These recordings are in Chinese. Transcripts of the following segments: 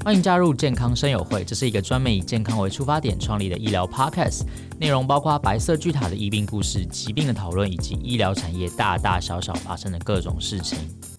欢迎加入健康声友会，这是一个专门以健康为出发点创立的医疗 podcast， 内容包括白色巨塔的疫病故事、疾病的讨论，以及医疗产业大大小小发生的各种事情。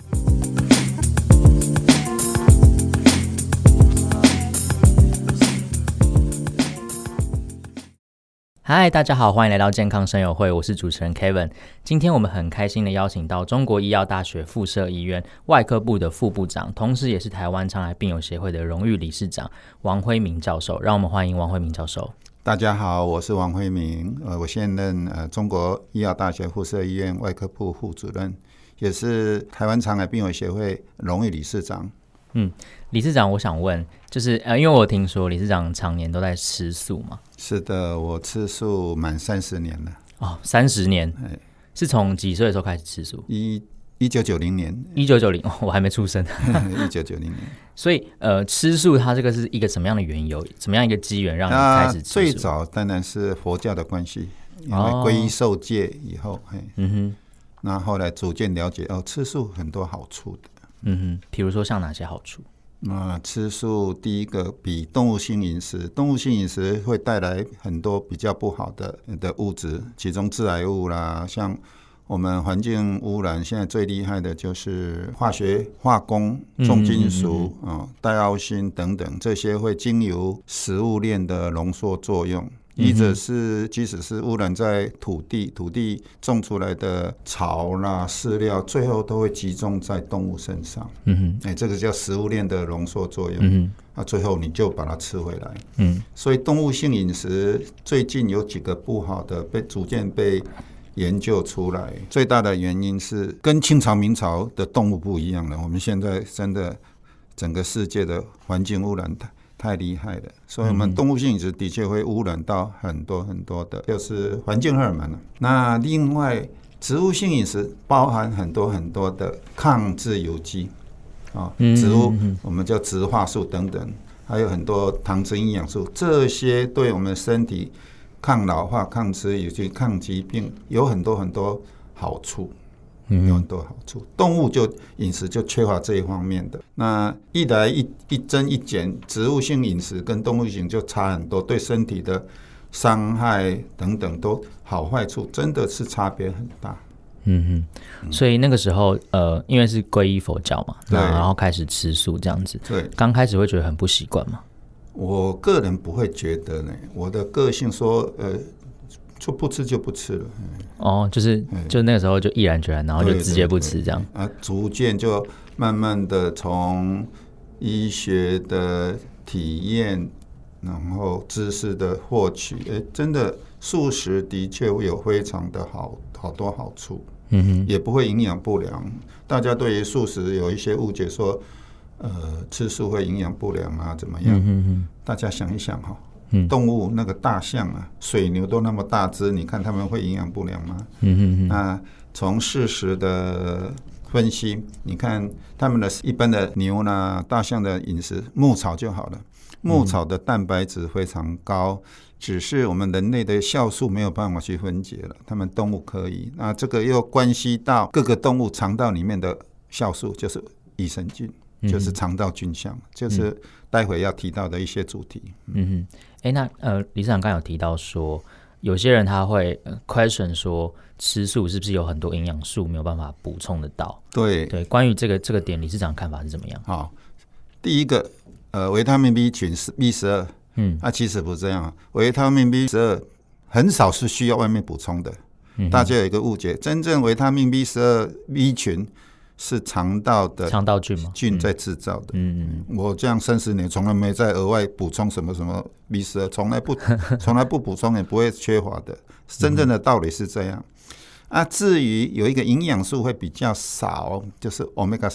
嗨，大家好，欢迎来到健康声友会，我是主持人 Kevin。今天我们很开心的邀请到中国医药大学附设医院外科部的副部长，同时也是台湾肠癌病友协会的荣誉理事长王辉明教授。让我们欢迎王辉明教授。 大家好，我是王辉明，我现任中国医药大学附设医院外科部副主任，也是台湾肠癌病友协会荣誉理事长。 理事长，我想问，就是因为我听说理事长常年都在吃素嘛？ 是的，我吃素满30年了。 哦，30年，是从几岁的时候开始吃素 ？1990年。 1990，我还没出生。 1990年。 所以吃素它这个是一个什么样的缘由？怎么样一个机缘让你开始吃素？ 最早当然是佛教的关系，因为皈依受戒以后，那后来逐渐了解，吃素很多好处的。 比如说像哪些好处？ 吃素第一个比动物性饮食，动物性饮食会带来很多比较不好的物质，其中致癌物啦，像我们环境污染现在最厉害的就是化工、重金属、戴奥辛等等，这些会经由食物链的浓缩作用，或者是即使是污染在土地种出来的草啦、饲料，最后都会集中在动物身上。这个叫食物链的浓缩作用。最后你就把它吃回来。所以动物性饮食最近有几个不好的逐渐被研究出来，最大的原因是跟清朝明朝的动物不一样了。我们现在真的整个世界的环境污染太厉害了，所以我们动物性饮食的确会污染到很多很多的就是环境荷尔蒙。那另外植物性饮食包含很多很多的抗自由基，植物我们叫植化素等等，还有很多糖质营养素，这些对我们身体抗老化、抗自由基、抗疾病有很多很多好处。有很多好处，动物饮食就缺乏这一方面的。那一来一增一减，植物性饮食跟动物性就差很多，对身体的伤害等等都好坏处真的是差别很大。 所以那个时候因为是皈依佛教嘛，然后开始吃素这样子。对，刚开始会觉得很不习惯吗？ 我个人不会觉得呢，我的个性说就不吃就不吃了。 就那个时候就毅然决然，然后就直接不吃这样。 逐渐就慢慢的从医学的体验，然后知识的获取，真的素食的确有非常的好多好处。也不会营养不良。大家对于素食有一些误解，说吃素会营养不良啊怎么样？大家想一想动物那个大象啊、水牛都那么大只，你看它们会营养不良吗？那从事实的分析，你看它们的一般的牛呢、大象的饮食，牧草就好了。牧草的蛋白质非常高，只是我们人类的酵素没有办法去分解了，它们动物可以。那这个又关系到各个动物肠道里面的酵素，就是益生菌。就是肠道菌相，就是待会要提到的一些主题。 那理事长刚才有提到说，有些人他会question 说，吃素是不是有很多营养素没有办法补充得到？对，关于这个点，理事长看法是怎么样？ 好，第一个维他命 B 群 B12，其实不是这样，维他命 B12很少是需要外面补充的。大家有一个误解，真正维他命 B12 B 群是肠道菌吗？菌在制造的。我这样30年从来没再额外补充什么什么 B12， 从来不补充也不会缺乏的。真正的道理是这样。至于有一个营养素会比较少，就是 Omega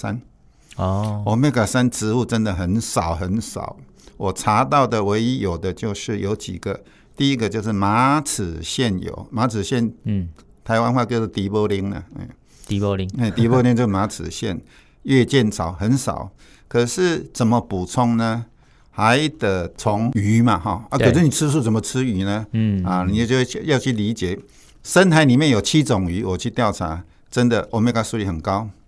3。Omega 3植物真的很少很少。我查到的唯一有的就是有几个，第一个就是马齿苋油，马齿苋，台湾话叫做迪波林了。 迪波林就是马齿苋，月见草很少。可是怎么补充呢？还得从鱼嘛，可是你吃素怎么吃鱼呢？你就要去理解，深海里面有7种鱼，我去调查，真的 Omega 3很高。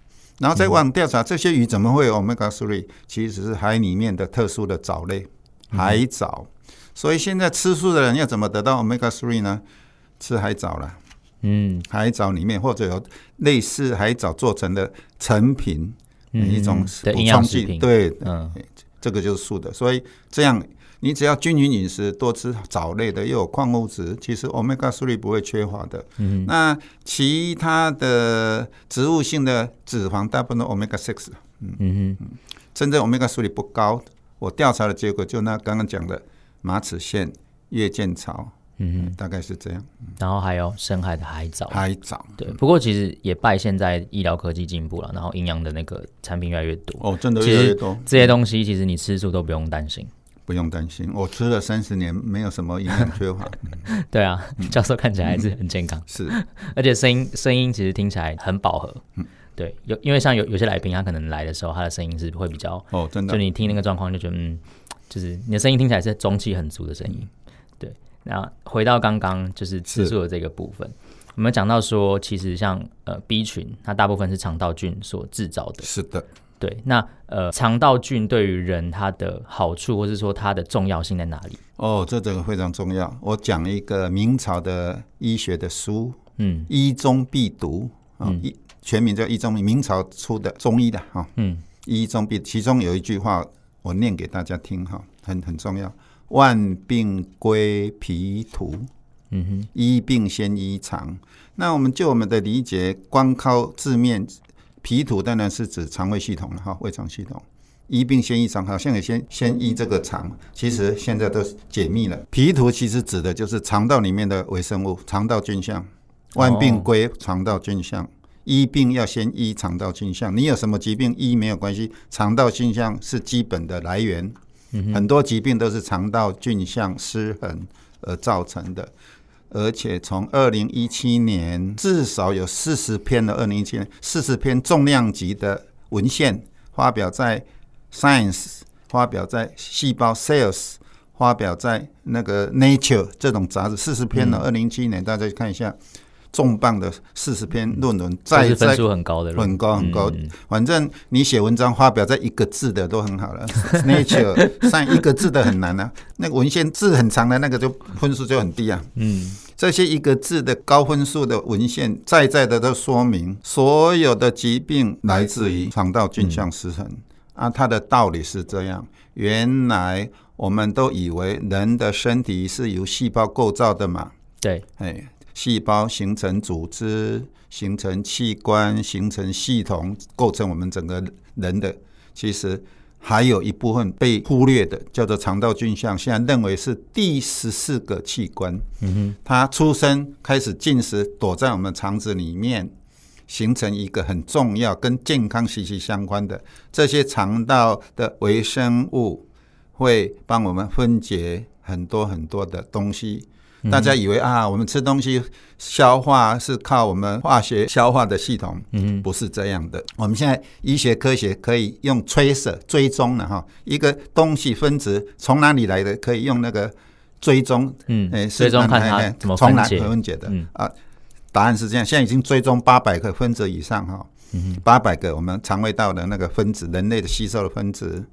然后再往调查这些鱼怎么会有 omega 3，其实是海里面的特殊的藻类，海藻。所以现在吃素的人要怎么得到 omega 3呢？吃海藻啦。海藻里面或者有类似海藻做成的成品，一种补充剂，对，这个就是素的。所以这样你只要均匀饮食，多吃藻类的，又有矿物质，其实 omega 3不会缺乏的。那其他的植物性的脂肪大部分都 omega 6，真正 omega 3不高。我调查的结果就那刚刚讲的马齿苋、月见草。大概是这样。 然后还有深海的海藻，对。不过其实也拜现在医疗科技进步了，然后营养的那个产品越来越多。真的越来越多。这些东西其实你吃素都不用担心。 不用担心，我吃了30年，没有什么营养缺乏。 对啊，教授看起来还是很健康。 是， 而且声音其实听起来很饱和。对，因为像有些来宾，他可能来的时候，他的声音是会比较真的， 就你听那个状况就觉得就是你的声音听起来是中气很足的声音。对。那回到刚刚就是吃素的这个部分，我们讲到说，其实像B 群，它大部分是肠道菌所制造的。 是的， 对。那肠道菌对于人它的好处，或是说它的重要性在哪里？ 这个非常重要。我讲一个明朝的医学的书，医中必读，全名叫医中，明朝出的中医的医中必，其中有一句话我念给大家听很重要。万病归脾土，医病先医肠。那我们就我们的理解，光靠字面，脾土当然是指肠胃系统了胃肠系统。医病先医肠，好像也先医这个肠，其实现在都解密了。脾土其实指的就是肠道里面的微生物，肠道菌相。万病归肠道菌相，医病要先医肠道菌相。你有什么疾病医没有关系，肠道菌相是基本的来源。很多疾病都是肠道菌相失衡而造成的，而且从2017年至少有40篇的2017年40篇重量级的文献发表在 Science， 发表在细胞 Cells， 发表在那个 Nature 这种杂志，40篇的2017年，大家看一下。重磅的40篇论文， 是分数很高的， 很高。反正你写文章发表在1个字的都很好了。Nature 上1个字的很难啊，那个文献字很长的那个就分数就很低啊。这些1个字的高分数的文献，在的都说明所有的疾病来自于肠道菌相失衡它的道理是这样。原来我们都以为人的身体是由细胞构造的嘛， 对， 细胞形成组织，形成器官，形成系统，构成我们整个人的。其实还有一部分被忽略的，叫做肠道菌相，现在认为是第14个器官。它出生开始进食，躲在我们肠子里面，形成一个很重要、跟健康息息相关的这些肠道的微生物，会帮我们分解很多很多的东西。大家以为我们吃东西消化是靠我们化学消化的系统，不是这样的。我们现在医学科学可以用tracer追踪了一个东西分子从哪里来的，可以用那个追踪， 追踪看它怎么分解的答案是这样，现在已经追踪800个分子以上800个我们肠胃道的那个分子，人类的吸收的分子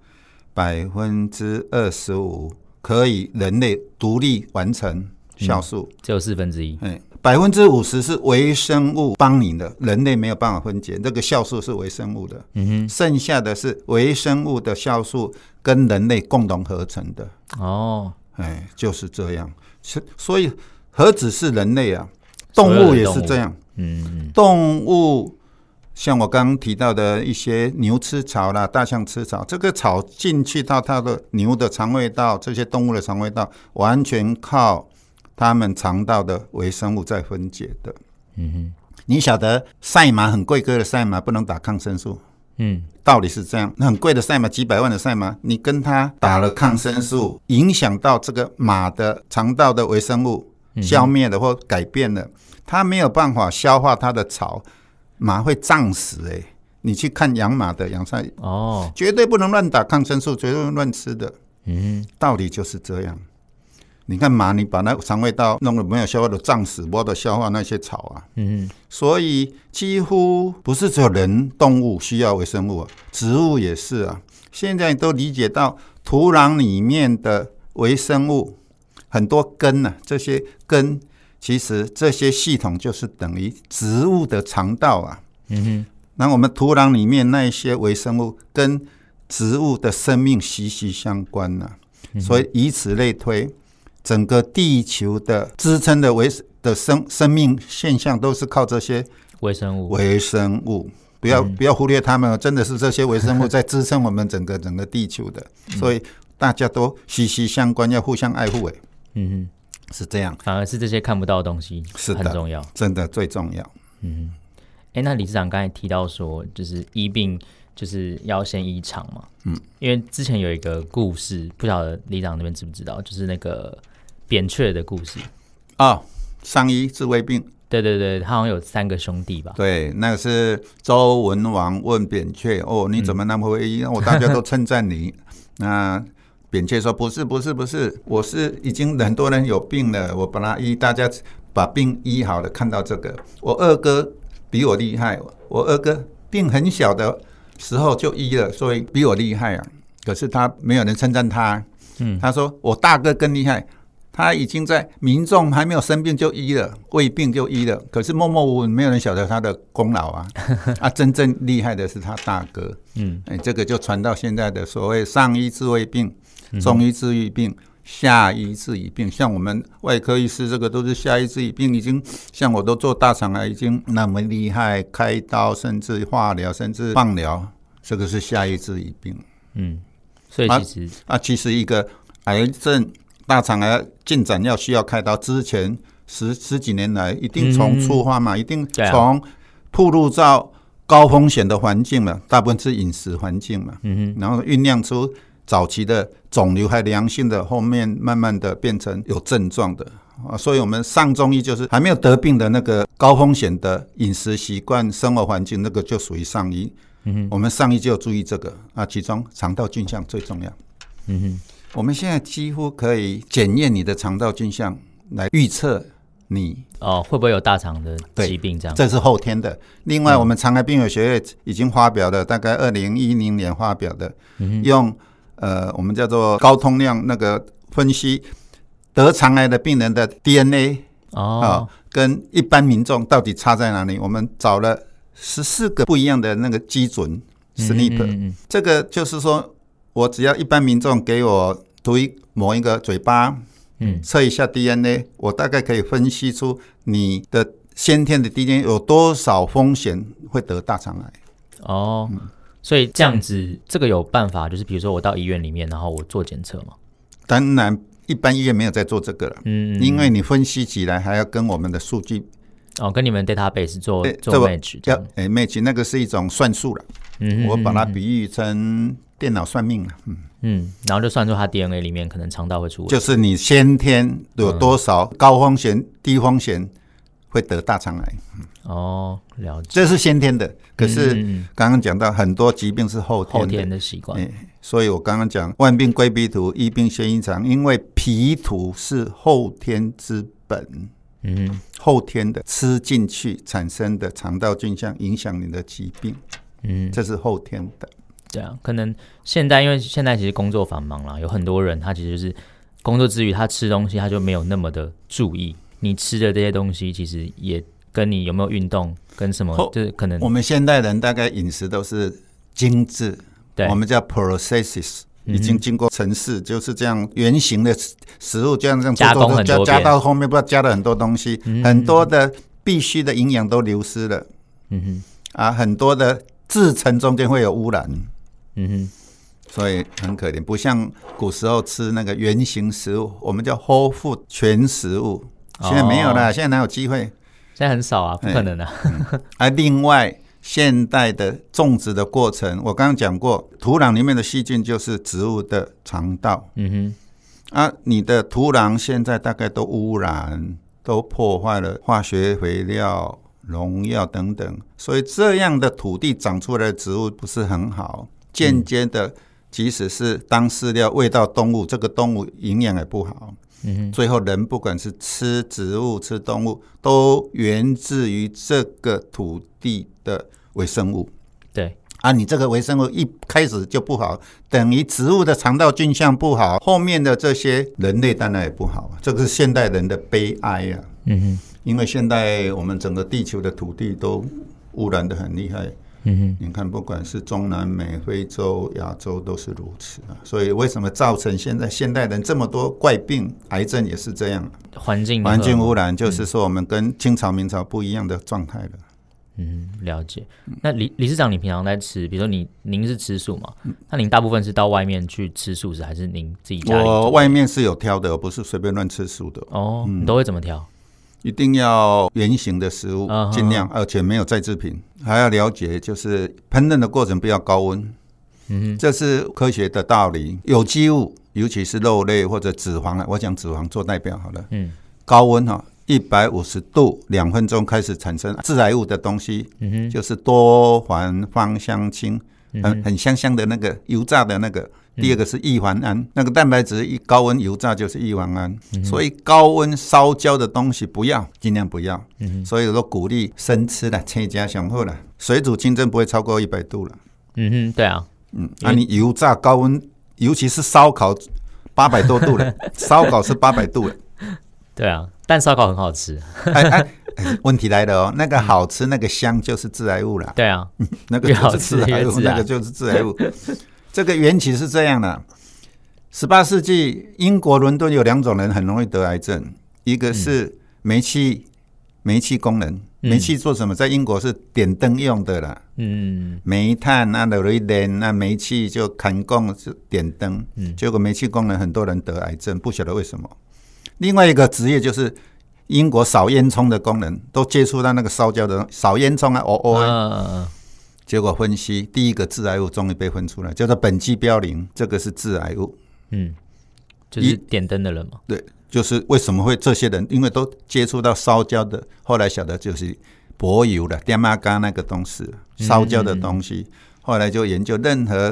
25%可以人类独立完成。酵素只有1/4 ，50%是微生物帮你的，人类没有办法分解。这个酵素是微生物的，剩下的是微生物的酵素跟人类共同合成的。就是这样。所以何止是人类啊，动物也是这样。动物像我刚刚提到的一些牛吃草啦，大象吃草，这个草进去到它的牛的肠胃道，这些动物的肠胃道，完全靠他们肠道的微生物在分解的。你晓得赛马很贵的赛马不能打抗生素，道理是这样。很贵的赛马，几百万的赛马，你跟他打了抗生素，影响到这个马的肠道的微生物消灭了或改变了，它没有办法消化它的草，马会胀死。你去看养马的养菜，绝对不能乱打抗生素，绝对不能乱吃的。道理就是这样。 你看马，你把那肠胃道弄得没有消化的胀死，没得消化那些草啊。所以几乎不是只有人、动物需要微生物啊，植物也是啊。现在都理解到土壤里面的微生物很多根啊，这些根其实这些系统就是等于植物的肠道啊。那我们土壤里面那些微生物跟植物的生命息息相关啊。所以以此类推，整个地球的支撑的生命现象都是靠这些微生物。不要忽略它们，真的是这些微生物在支撑我们整个地球的，所以大家都息息相关，要互相爱护。是这样， 反而是这些看不到的东西很重要， 真的最重要。 那理事长刚才提到说，就是医病就是要先医肠嘛。因为之前有一个故事，不晓得理事长那边知不知道，就是那个扁鹊的故事。 上医治未病。 对，他好像有3个兄弟吧？ 对，那个是周文王问扁鹊，你怎么那么会医？大家都称赞你。那扁鹊说不是，我是已经很多人有病了，我把他医，大家把病医好了。看到这个，我二哥比我厉害，我二哥病很小的时候就医了，所以比我厉害啊。可是他没有人称赞他。他说我大哥更厉害。他已经在民众还没有生病就医了，胃病就医了，可是默默无闻，没有人晓得他的功劳啊。真正厉害的是他大哥。这个就传到现在的所谓上医治未病，中医治愈病，下医治已病。像我们外科医师这个都是下医治已病，已经像我都做大肠癌已经那么厉害，开刀甚至化疗甚至放疗，这个是下医治已病。 所以其实一个癌症大肠癌进展需要开刀之前十几年来，一定从出发嘛，一定从暴露到高风险的环境嘛，大部分是饮食环境嘛，然后酝酿出早期的肿瘤还良性的，后面慢慢的变成有症状的。所以我们上中医就是还没有得病的那个高风险的饮食习惯、生活环境，那个就属于上医。我们上医就注意这个其中肠道菌相最重要。我们现在几乎可以检验你的肠道菌相来预测你会不会有大肠的疾病，这是后天的。另外我们肠癌病友学会已经发表了，大概2010年发表的，用我们叫做高通量那个分析得肠癌的病人的 DNA 跟一般民众到底差在哪里。我们找了14个不一样的那个基准 SNP，这个就是说我只要一般民众给我某一个嘴巴，测一下 DNA， 我大概可以分析出你的先天的 DNA 有多少风险会得大肠癌。 所以这样子，这个有办法，就是比如说我到医院里面，然后我做检测吗？ 当然，一般医院没有在做这个了，因为你分析起来还要跟我们的数据。 跟你们 database 做 match， match 那个是一种算术了。我把它比喻成电脑算命了。 然后就算出它 DNA 里面可能肠道会出问题， 就是你先天有多少高风险、低风险会得大肠癌。 了解， 这是先天的。可是刚刚讲到很多疾病是后天的习惯， 所以我刚刚讲万病归脾土，医病先医肠，因为脾土是后天之本。后天的吃进去产生的肠道菌相影响你的疾病，这是后天的。 对啊，可能因为现在其实工作繁忙啦，有很多人他其实就是工作之余他吃东西他就没有那么的注意，你吃的这些东西其实也跟你有没有运动跟什么，就是可能我们现代人大概饮食都是精致，我们叫 processes，已经经过程式，就是这样圆形的食物，这样加工很多遍， 加到后面不知道加了很多东西，很多的必须的营养都流失了。很多的制程中间会有污染。所以很可怜，不像古时候吃那个原型食物，我们叫 whole food 全食物，现在没有了，现在哪有机会？ 现在很少啊，不可能啊。 另外现代的种植的过程，我刚刚讲过，土壤里面的细菌就是植物的肠道。你的土壤现在大概都污染，都破坏了化学肥料、农药等等，所以这样的土地长出来的植物不是很好，间接的即使是当饲料喂到动物，这个动物营养也不好。 最后人不管是吃植物吃动物，都源自于这个土地的微生物。 对啊，你这个微生物一开始就不好，等于植物的肠道菌相不好，后面的这些人类当然也不好，这个是现代人的悲哀啊。因为现在我们整个地球的土地都污染得很厉害。你看，不管是中南美、非洲、亚洲都是如此啊。所以为什么造成现在现代人这么多怪病，癌症也是这样。环境污染就是说我们跟清朝明朝不一样的状态了。 了解。那理事长，你平常在吃，比如说您是吃素嘛？那您大部分是到外面去吃素食，还是您自己家里？ 我外面是有挑的，我不是随便乱吃素的。 你都会怎么挑？ 一定要原形的食物，尽量，而且没有再制品。还要了解，就是烹饪的过程不要高温。这是科学的道理。有机物，尤其是肉类或者脂肪，我讲脂肪做代表好了。高温150度2分钟开始产生致癌物的东西，就是多环芳香烃，很香香的那个油炸的那个。第二个是异环胺，那个蛋白质一高温油炸就是异环胺，所以高温烧焦的东西不要，尽量不要。所以我都鼓励生吃啦，切加上好啦，水煮清蒸不会超过100度了。 对啊。 你油炸高温，尤其是烧烤800多度了，烧烤是800度了。对啊，但烧烤很好吃。 问题来了那个好吃那个香就是致癌物啦。 对啊， 那个就是致癌物，那个就是致癌物。这个缘起是这样的，18世纪英国伦敦有2种人很容易得癌症，一个是煤气工人，煤气做什么？在英国是点灯用的啦，煤炭啊、雷电啊、煤气就砍工是点灯，结果煤气工人很多人得癌症，不晓得为什么。另外一个职业就是英国扫烟囱的工人，都接触到那个烧焦的扫烟囱结果分析，第一个致癌物终于被分出来，叫做苯基嘌呤，这个是致癌物。 就是点灯的人嘛。 对，就是为什么会这些人，因为都接触到烧焦的，后来晓得就是柏油的电马嘎那个东西，烧焦的东西，后来就研究，任何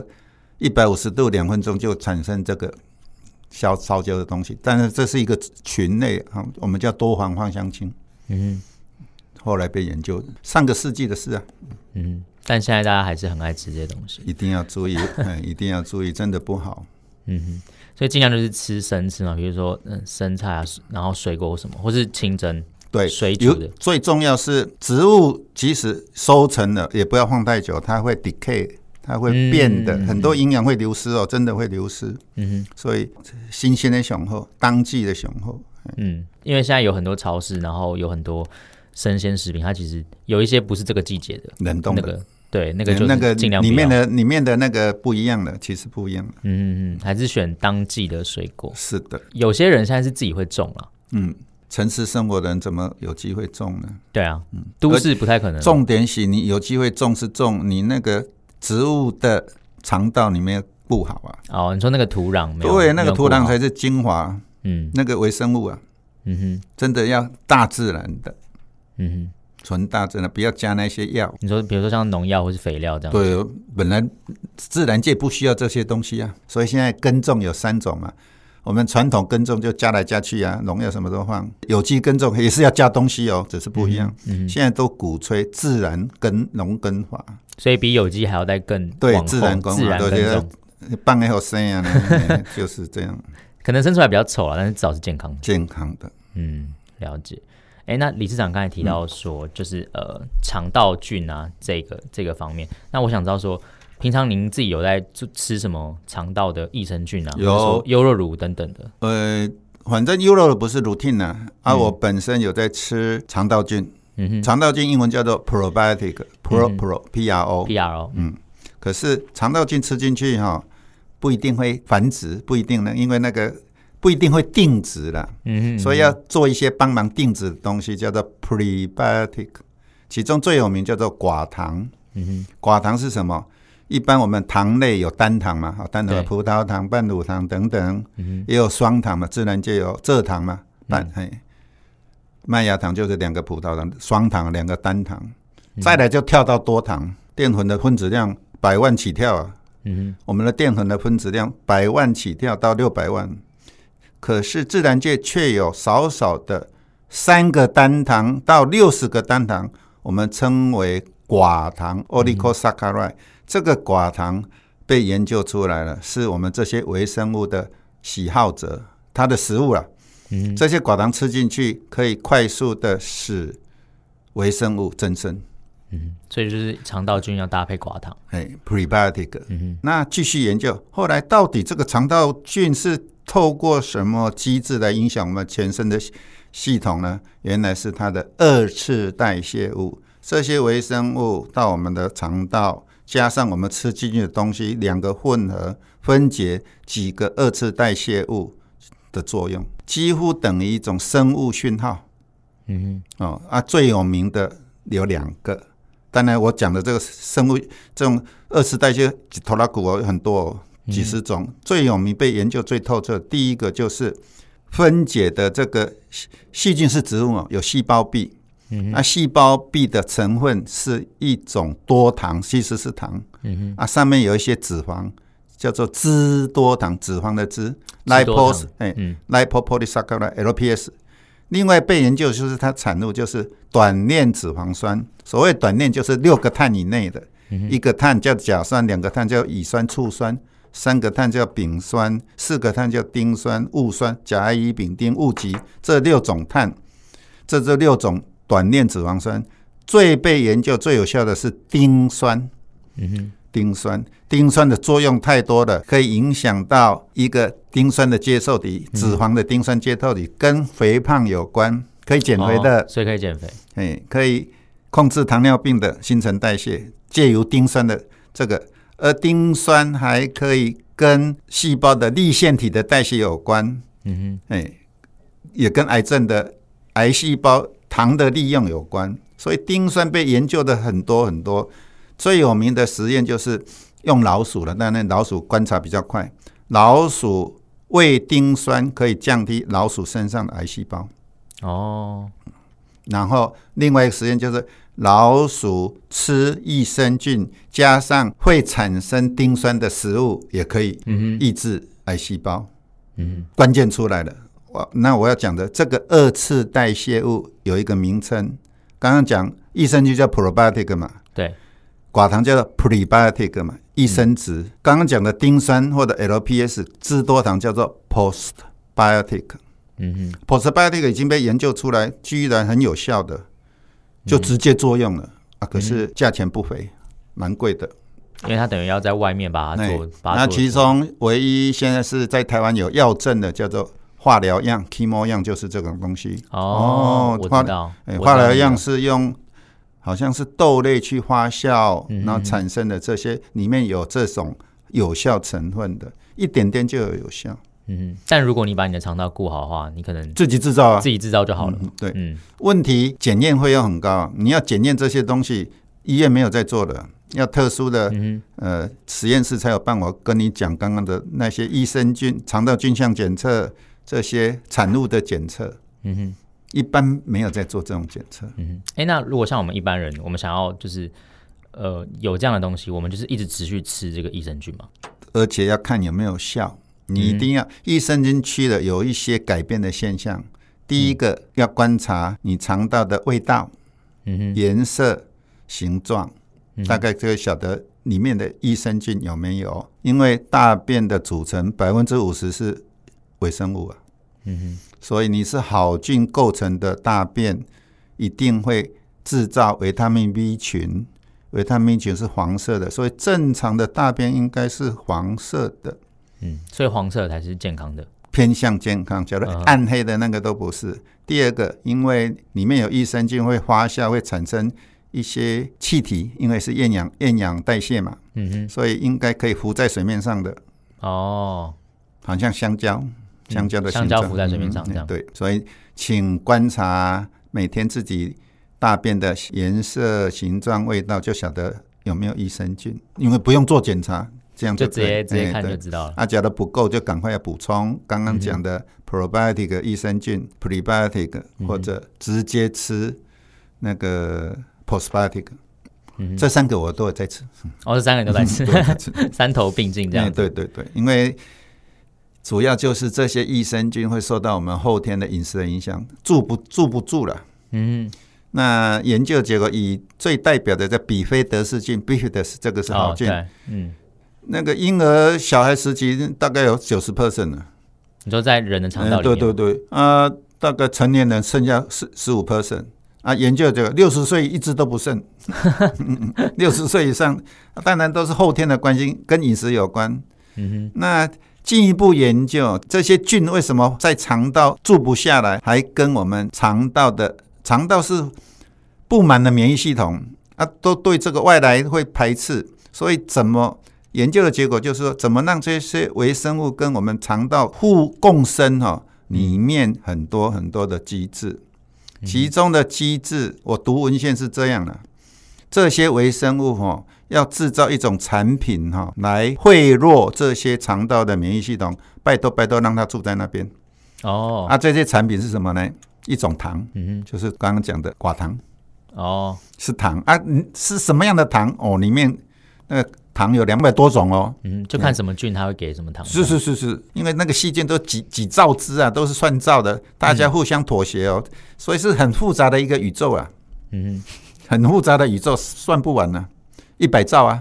150度2分钟就产生这个烧焦的东西，但是这是一个群类，我们叫多环芳香烃。后来被研究，上个世纪的事啊。 但现在大家还是很爱吃这些东西， 一定要注意，一定要注意，真的不好。 所以尽量就是吃生吃嘛，比如说生菜啊，然后水果什么，或是清蒸， 对， 水煮的。 最重要是植物，即使收成了，也不要放太久，它会 decay， 它会变的，很多营养会流失真的会流失。所以新鲜的雄厚，当季的雄厚。 因为现在有很多超市，然后有很多生鲜食品，它其实有一些不是这个季节的冷冻的。 对，那个就是尽量不要里面的那个不一样的，其实不一样的。 还是选当季的水果。 是的， 有些人现在是自己会种了。 城市生活的人怎么有机会种呢？ 对啊，都市不太可能。 重点是你有机会种是种你那个植物的肠道里面不好啊。 你说那个土壤没有？ 对，那个土壤才是精华。那个微生物啊，真的要大自然的。纯大自然，不要加那些药。你说，比如说像农药或是肥料这样。 对，本来自然界不需要这些东西啊，所以现在耕种有3种嘛。我们传统耕种就加来加去啊，农药什么都放。有机耕种也是要加东西只是不一样。现在都鼓吹自然农耕法， 所以比有机还要再更对自然耕种， 放以后生啊，就是这样。 可能生出来比较丑但是至少是健康的。 了解。那理事长刚才提到说，就是肠道菌啊，这个方面，那我想知道说，平常您自己有在吃什么肠道的益生菌啊，有优酪乳等等的？ 反正优酪乳不是 routine 我本身有在吃肠道菌，肠道菌英文叫做 probiotic，pro。可是肠道菌吃进去不一定会繁殖，不一定呢，因为那个。不一定会定植啦，所以要做一些帮忙定植的东西，叫做 prebiotic。其中最有名叫做寡糖。寡糖是什么？一般我们糖类有单糖嘛，单糖有葡萄糖、半乳糖等等，也有双糖嘛，自然界有蔗糖嘛，麦芽糖就是2个葡萄糖，双糖2个单糖，再来就跳到多糖，淀粉的分子量100万起跳啊。我们的淀粉的分子量100万起跳到600万。 可是自然界却有少少的3个单糖到60个单糖，我们称为寡糖 oligosaccharide。这个寡糖被研究出来了，是我们这些微生物的喜好者，它的食物了。这些寡糖吃进去，可以快速的使微生物增生。 所以就是肠道菌要搭配寡糖。 prebiotic。那继续研究，后来到底这个肠道菌是透过什么机制来影响我们全身的系统呢？原来是它的2次代谢物。这些微生物到我们的肠道，加上我们吃进去的东西，2个混合分解几个2次代谢物的作用，几乎等于一种生物讯号。最有名的有2个。当然，我讲的这个生物这种2次代谢拖拉骨很多几十种，最有名被研究最透彻。第一个就是分解的这个细菌是植物，有细胞壁。细胞壁的成分是一种多糖，其实是糖。上面有一些脂肪，叫做脂多糖，脂肪的脂 lipopolysaccharide LPS。另外被研究就是它产物就是短链脂肪酸，所谓短链就是6个碳以内的，1个碳叫甲酸，2个碳叫乙酸、醋酸，3个碳叫丙酸，4个碳叫丁酸、戊酸、甲、乙、丙、丁、戊、己，这6种碳，这6种短链脂肪酸，最被研究最有效的是丁酸。丁酸的作用太多了，可以影响到一个丁酸的接受体，脂肪的丁酸接受体跟肥胖有关，可以减肥的， 所以可以减肥。 可以控制糖尿病的新陈代谢，借由丁酸的这个，而丁酸还可以跟细胞的粒线体的代谢有关，也跟癌症的癌细胞糖的利用有关，所以丁酸被研究的很多很多。最有名的实验就是用老鼠了，当然老鼠观察比较快，老鼠喂丁酸可以降低老鼠身上的癌细胞。然后另外一个实验就是老鼠吃益生菌加上会产生丁酸的食物，也可以抑制癌细胞。关键出来了。那我要讲的这个2次代谢物有一个名称，刚刚讲益生菌叫 probiotic 嘛， 对， 寡糖叫做 prebiotic 嘛，益生质。刚刚讲的丁酸或者 LPS 脂多糖叫做 postbiotic。postbiotic 已经被研究出来，居然很有效的，就直接作用了可是价钱不菲，蛮贵的。 因为它等于要在外面把它做。 那其中唯一现在是在台湾有药证的，叫做化疗样 chemo 样，就是这种东西。 我知道。 化疗样是用好像是豆类去发酵，然后产生的这些里面有这种有效成分的，一点点就有效。 但如果你把你的肠道顾好的话，你可能自己制造自己制造就好了。 对，问题检验费用很高，你要检验这些东西，医院没有在做的，要特殊的实验室才有办法跟你讲刚刚的那些益生菌、肠道菌相检测这些产物的检测。一般没有在做这种检测。 那如果像我们一般人，我们想要就是有这样的东西，我们就是一直持续吃这个益生菌嘛？ 而且要看有没有效。你一定要益生菌区的有一些改变的现象。第一个要观察你肠道的味道、颜色、形状，大概就会晓得里面的益生菌有没有。因为大便的组成50%是微生物所以你是好菌构成的大便，一定会制造维他命 B 群。维他命群是黄色的，所以正常的大便应该是黄色的。 所以黄色才是健康的， 偏向健康。假如暗黑的那个都不是。第二个，因为里面有益生菌会发酵，会产生一些气体，因为是厌氧代谢嘛，所以应该可以浮在水面上的。好像香蕉的香蕉浮在水面上这样。 对，所以请观察每天自己大便的颜色、形状、味道，就晓得有没有益生菌，因为不用做检查。这样就直接看就知道了。 假如不够，就赶快要补充刚刚讲的 probiotic 益生菌 prebiotic，或者直接吃那个 postbiotic。这3个我都有在吃。 这3个都在吃，3头并进这样。 对，因为主要就是这些益生菌会受到我们后天的饮食的影响，住不住了。那研究结果以最代表的叫比菲德氏菌 ，Bifidus 这个是好菌。那个婴儿小孩时期大概有90% 了。你说在人的肠道里面？ 对大概成年人剩下15%。研究这个60岁一直都不剩，60岁以上当然都是后天的关系，跟饮食有关。那进一步研究这些菌为什么在肠道住不下来，还跟我们肠道是布满了免疫系统都对这个外来会排斥，所以怎么研究的结果就是说，怎么让这些微生物跟我们肠道互共生里面很多很多的机制。其中的机制，我读文献是这样的：这些微生物要制造一种产品来贿赂这些肠道的免疫系统，拜托让它住在那边。这些产品是什么呢？一种糖，就是刚刚讲的寡糖。是糖是什么样的糖？里面那个糖有200多种就看什么菌它会给什么糖。 是，因为那个细菌都几兆只都是算兆的，大家互相妥协所以是很复杂的一个宇宙啊。很复杂的宇宙，算不完了，100兆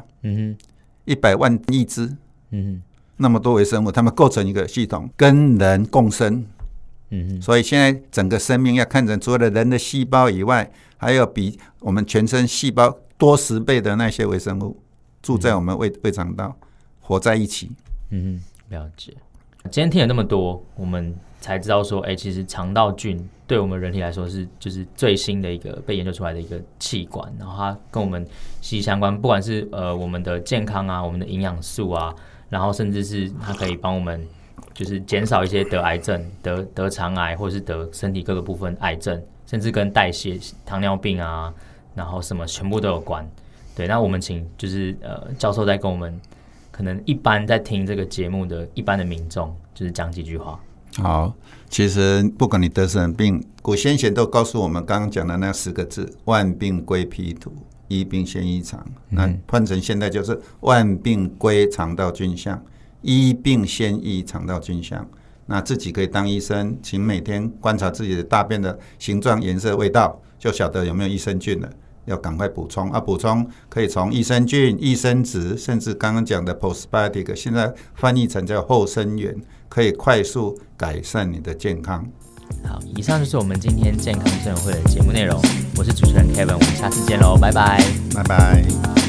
100万亿只，那么多微生物，它们构成一个系统，跟人共生。所以现在整个生命要看成除了人的细胞以外，还有比我们全身细胞多10倍的那些微生物。住在我们胃肠道，活在一起。 了解。今天听了那么多，我们才知道说，其实肠道菌对我们人体来说就是最新的一个被研究出来的一个器官，然后它跟我们息息相关，不管是我们的健康我们的营养素然后甚至是它可以帮我们就是减少一些得癌症、得肠癌，或者是得身体各个部分癌症，甚至跟代谢、糖尿病然后什么全部都有关。对，那我们请就是教授在跟我们可能一般在听这个节目的一般的民众，就是讲几句话。 好，其实不管你得什么病，古先贤都告诉我们刚刚讲的那10个字：万病归脾土，医病先医肠。那换成现在就是万病归肠道菌相，医病先医肠道菌相。那自己可以当医生，请每天观察自己的大便的形状、颜色、味道，就晓得有没有益生菌了。要赶快补充补充可以从益生菌、益生质，甚至刚刚讲的 postbiotic， 现在翻译成叫后生元，可以快速改善你的健康。 好，以上就是我们今天健康生友会的节目内容。我是主持人 Kevin， 我们下次见喽，拜拜， 拜拜。